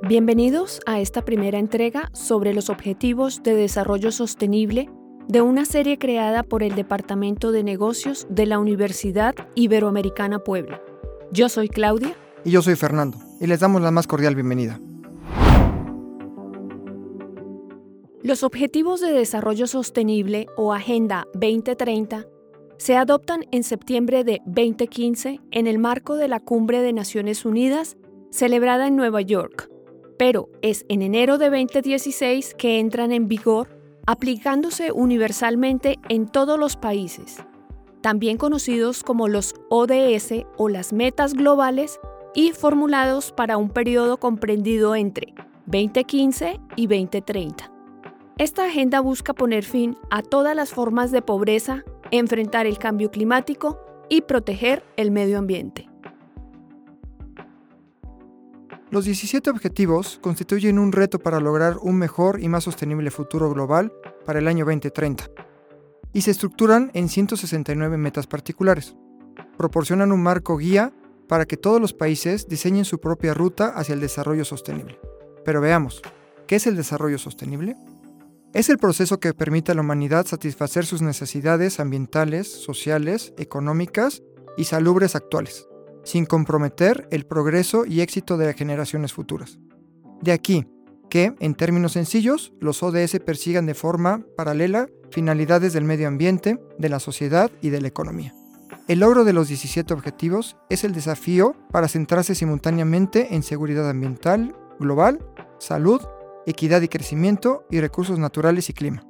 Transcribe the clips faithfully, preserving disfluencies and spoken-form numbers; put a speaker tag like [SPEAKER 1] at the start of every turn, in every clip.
[SPEAKER 1] Bienvenidos a esta primera entrega sobre los Objetivos de Desarrollo Sostenible de una serie creada por el Departamento de Negocios de la Universidad Iberoamericana Puebla. Yo soy Claudia.
[SPEAKER 2] Y yo soy Fernando, y les damos la más cordial bienvenida.
[SPEAKER 1] Los Objetivos de Desarrollo Sostenible o Agenda veinte treinta se adoptan en septiembre de veinte quince en el marco de la Cumbre de Naciones Unidas celebrada en Nueva York, pero es en enero de veinte dieciséis que entran en vigor, aplicándose universalmente en todos los países, también conocidos como los O D S o las metas globales y formulados para un periodo comprendido entre veinte quince y veinte treinta. Esta agenda busca poner fin a todas las formas de pobreza, enfrentar el cambio climático y proteger el medio ambiente.
[SPEAKER 2] Los diecisiete objetivos constituyen un reto para lograr un mejor y más sostenible futuro global para el año veinte treinta, y se estructuran en ciento sesenta y nueve metas particulares. Proporcionan un marco guía para que todos los países diseñen su propia ruta hacia el desarrollo sostenible. Pero veamos, ¿qué es el desarrollo sostenible? Es el proceso que permite a la humanidad satisfacer sus necesidades ambientales, sociales, económicas y salubres actuales, sin comprometer el progreso y éxito de las generaciones futuras. De aquí que, en términos sencillos, los O D S persigan de forma paralela finalidades del medio ambiente, de la sociedad y de la economía. El logro de los diecisiete objetivos es el desafío para centrarse simultáneamente en seguridad ambiental, global, salud, equidad y crecimiento y recursos naturales y clima.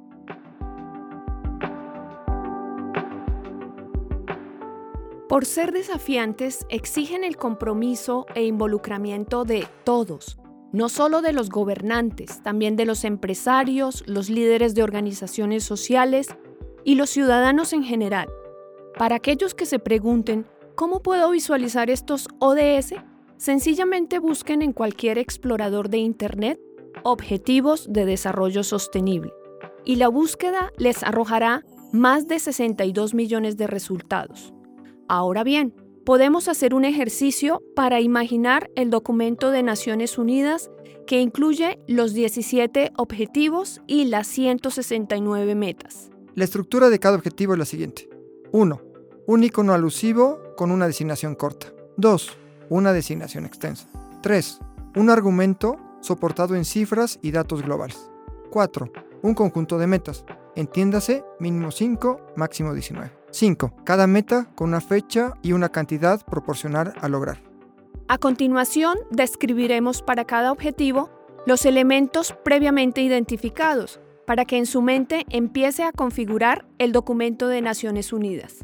[SPEAKER 1] Por ser desafiantes, exigen el compromiso e involucramiento de todos, no solo de los gobernantes, también de los empresarios, los líderes de organizaciones sociales y los ciudadanos en general. Para aquellos que se pregunten, ¿cómo puedo visualizar estos O D S? Sencillamente busquen en cualquier explorador de Internet Objetivos de Desarrollo Sostenible, y la búsqueda les arrojará más de sesenta y dos millones de resultados. Ahora bien, podemos hacer un ejercicio para imaginar el documento de Naciones Unidas que incluye los diecisiete objetivos y las ciento sesenta y nueve metas.
[SPEAKER 2] La estructura de cada objetivo es la siguiente. uno. Un icono alusivo con una designación corta. dos. Una designación extensa. tres. Un argumento soportado en cifras y datos globales. cuatro. Un conjunto de metas. Entiéndase, mínimo cinco, máximo diecinueve. cinco. Cada meta con una fecha y una cantidad proporcional a lograr.
[SPEAKER 1] A continuación, describiremos para cada objetivo los elementos previamente identificados para que en su mente empiece a configurar el documento de Naciones Unidas.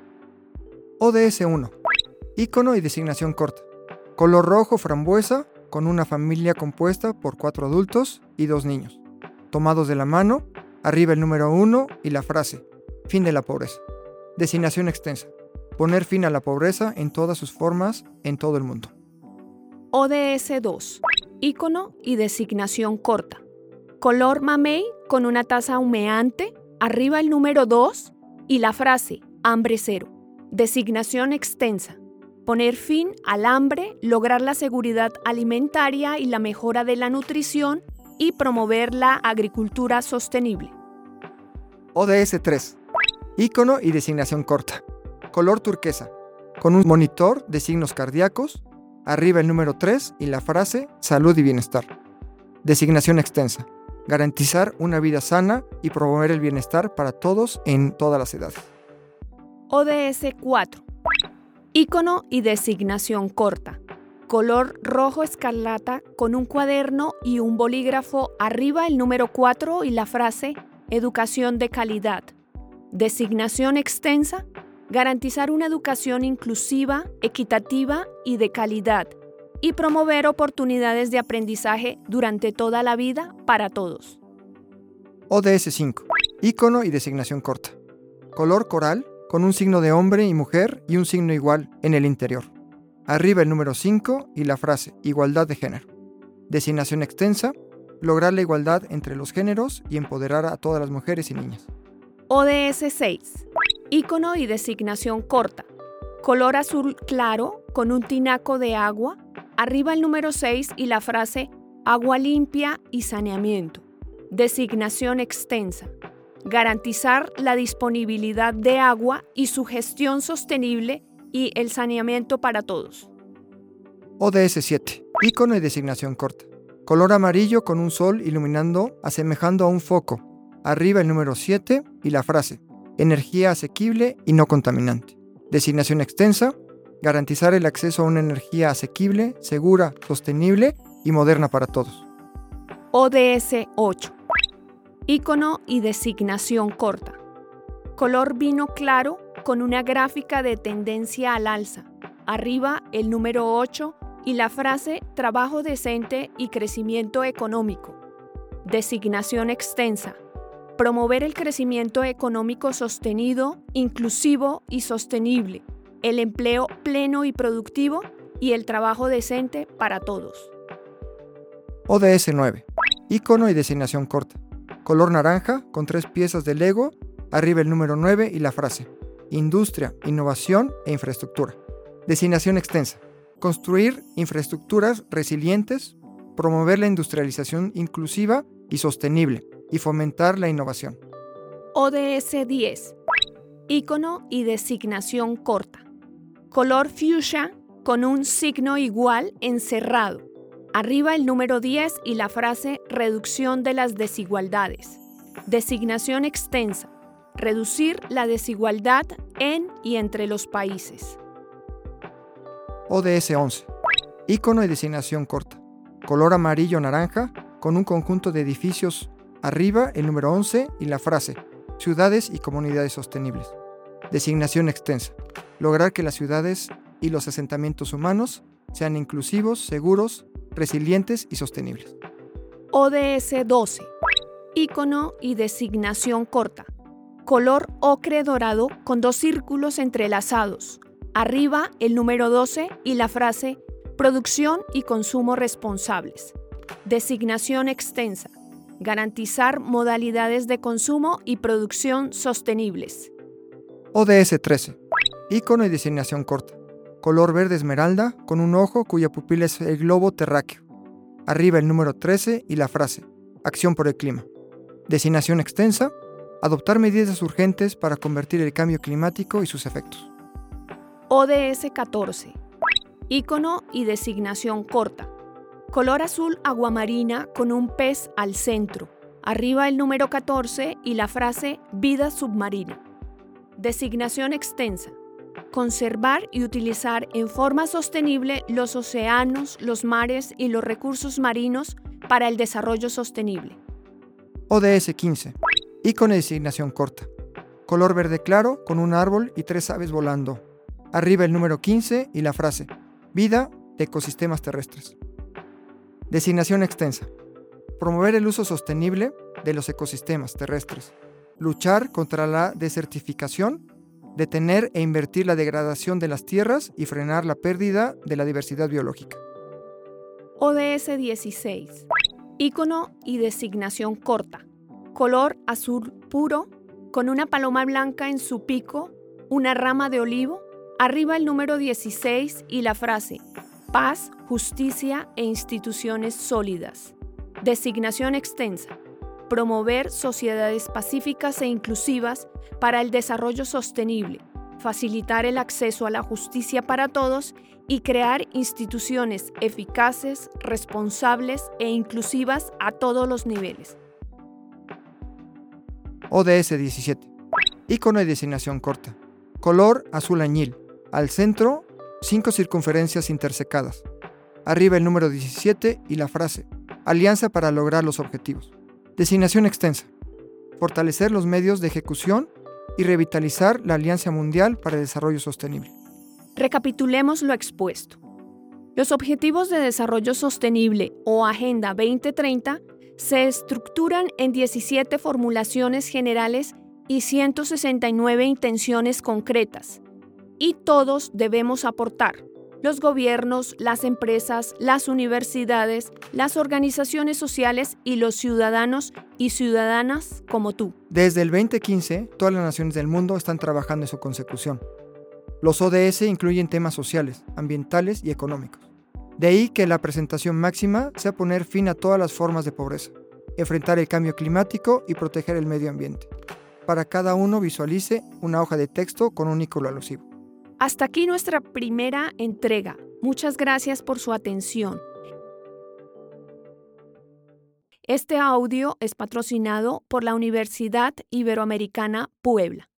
[SPEAKER 2] O D S uno. Icono y designación corta. Color rojo frambuesa con una familia compuesta por cuatro adultos y dos niños. Tomados de la mano, arriba el número uno y la frase, fin de la pobreza. Designación extensa. Poner fin a la pobreza en todas sus formas en todo el mundo.
[SPEAKER 1] O D S dos. Icono y designación corta. Color mamey con una taza humeante, arriba el número dos y la frase, hambre cero. Designación extensa. Poner fin al hambre, lograr la seguridad alimentaria y la mejora de la nutrición y promover la agricultura sostenible.
[SPEAKER 2] O D S tres. Icono y designación corta. Color turquesa, con un monitor de signos cardíacos, arriba el número tres y la frase salud y bienestar. Designación extensa. Garantizar una vida sana y promover el bienestar para todos en todas las edades.
[SPEAKER 1] O D S cuatro. Icono y designación corta. Color rojo escarlata con un cuaderno y un bolígrafo, arriba el número cuatro y la frase educación de calidad. Designación extensa. Garantizar una educación inclusiva, equitativa y de calidad, y promover oportunidades de aprendizaje durante toda la vida para todos.
[SPEAKER 2] O D S cinco. Icono y designación corta. Color coral con un signo de hombre y mujer y un signo igual en el interior. Arriba el número cinco y la frase igualdad de género. Designación extensa. Lograr la igualdad entre los géneros y empoderar a todas las mujeres y niñas.
[SPEAKER 1] O D S seis. Icono y designación corta. Color azul claro con un tinaco de agua, arriba el número seis y la frase agua limpia y saneamiento. Designación extensa. Garantizar la disponibilidad de agua y su gestión sostenible y el saneamiento para todos.
[SPEAKER 2] O D S siete. Ícono y designación corta. Color amarillo con un sol iluminando, asemejando a un foco. Arriba el número siete y la frase: energía asequible y no contaminante. Designación extensa. Garantizar el acceso a una energía asequible, segura, sostenible y moderna para todos.
[SPEAKER 1] O D S ocho. Ícono y designación corta. Color vino claro con una gráfica de tendencia al alza. Arriba el número ocho y la frase trabajo decente y crecimiento económico. Designación extensa. Promover el crecimiento económico sostenido, inclusivo y sostenible, el empleo pleno y productivo y el trabajo decente para todos.
[SPEAKER 2] O D S nueve. Ícono y designación corta. Color naranja con tres piezas de Lego, arriba el número nueve y la frase: industria, innovación e infraestructura. Designación extensa. Construir infraestructuras resilientes, promover la industrialización inclusiva y sostenible y fomentar la innovación.
[SPEAKER 1] O D S diez. Ícono y designación corta. Color fuchsia con un signo igual encerrado. Arriba el número diez y la frase reducción de las desigualdades. Designación extensa. Reducir la desigualdad en y entre los países.
[SPEAKER 2] O D S once. Ícono y designación corta. Color amarillo-naranja con un conjunto de edificios. Arriba el número once y la frase ciudades y comunidades sostenibles. Designación extensa. Lograr que las ciudades y los asentamientos humanos sean inclusivos, seguros, resilientes y sostenibles.
[SPEAKER 1] O D S doce. Ícono y designación corta. Color ocre dorado con dos círculos entrelazados. Arriba el número doce y la frase producción y consumo responsables. Designación extensa. Garantizar modalidades de consumo y producción sostenibles.
[SPEAKER 2] O D S trece. Ícono y designación corta. Color verde esmeralda con un ojo cuya pupila es el globo terráqueo. Arriba el número trece y la frase acción por el clima. Designación extensa. Adoptar medidas urgentes para convertir el cambio climático y sus efectos.
[SPEAKER 1] O D S catorce. Ícono y designación corta. Color azul aguamarina con un pez al centro. Arriba el número catorce y la frase vida submarina. Designación extensa. Conservar y utilizar en forma sostenible los océanos, los mares y los recursos marinos para el desarrollo sostenible.
[SPEAKER 2] O D S quince. Ícono y designación corta. Color verde claro con un árbol y tres aves volando. Arriba el número quince y la frase vida de ecosistemas terrestres. Designación extensa. Promover el uso sostenible de los ecosistemas terrestres. Luchar contra la desertificación. Detener e invertir la degradación de las tierras y frenar la pérdida de la diversidad biológica.
[SPEAKER 1] O D S dieciséis. Ícono y designación corta. Color azul puro con una paloma blanca en su pico, una rama de olivo, arriba el número dieciséis y la frase paz, justicia e instituciones sólidas. Designación extensa. Promover sociedades pacíficas e inclusivas para el desarrollo sostenible, facilitar el acceso a la justicia para todos y crear instituciones eficaces, responsables e inclusivas a todos los niveles.
[SPEAKER 2] O D S diecisiete. Ícono y designación corta. Color azul añil. Al centro, cinco circunferencias intersecadas. Arriba el número diecisiete y la frase alianza para lograr los objetivos. Designación extensa. Fortalecer los medios de ejecución y revitalizar la Alianza Mundial para el Desarrollo Sostenible.
[SPEAKER 1] Recapitulemos lo expuesto. Los Objetivos de Desarrollo Sostenible o Agenda veinte treinta se estructuran en diecisiete formulaciones generales y ciento sesenta y nueve intenciones concretas. Y todos debemos aportar. Los gobiernos, las empresas, las universidades, las organizaciones sociales y los ciudadanos y ciudadanas como tú.
[SPEAKER 2] Desde el veinte quince, todas las naciones del mundo están trabajando en su consecución. Los O D S incluyen temas sociales, ambientales y económicos. De ahí que la presentación máxima sea poner fin a todas las formas de pobreza, enfrentar el cambio climático y proteger el medio ambiente. Para cada uno visualice una hoja de texto con un icono alusivo.
[SPEAKER 1] Hasta aquí nuestra primera entrega. Muchas gracias por su atención. Este audio es patrocinado por la Universidad Iberoamericana Puebla.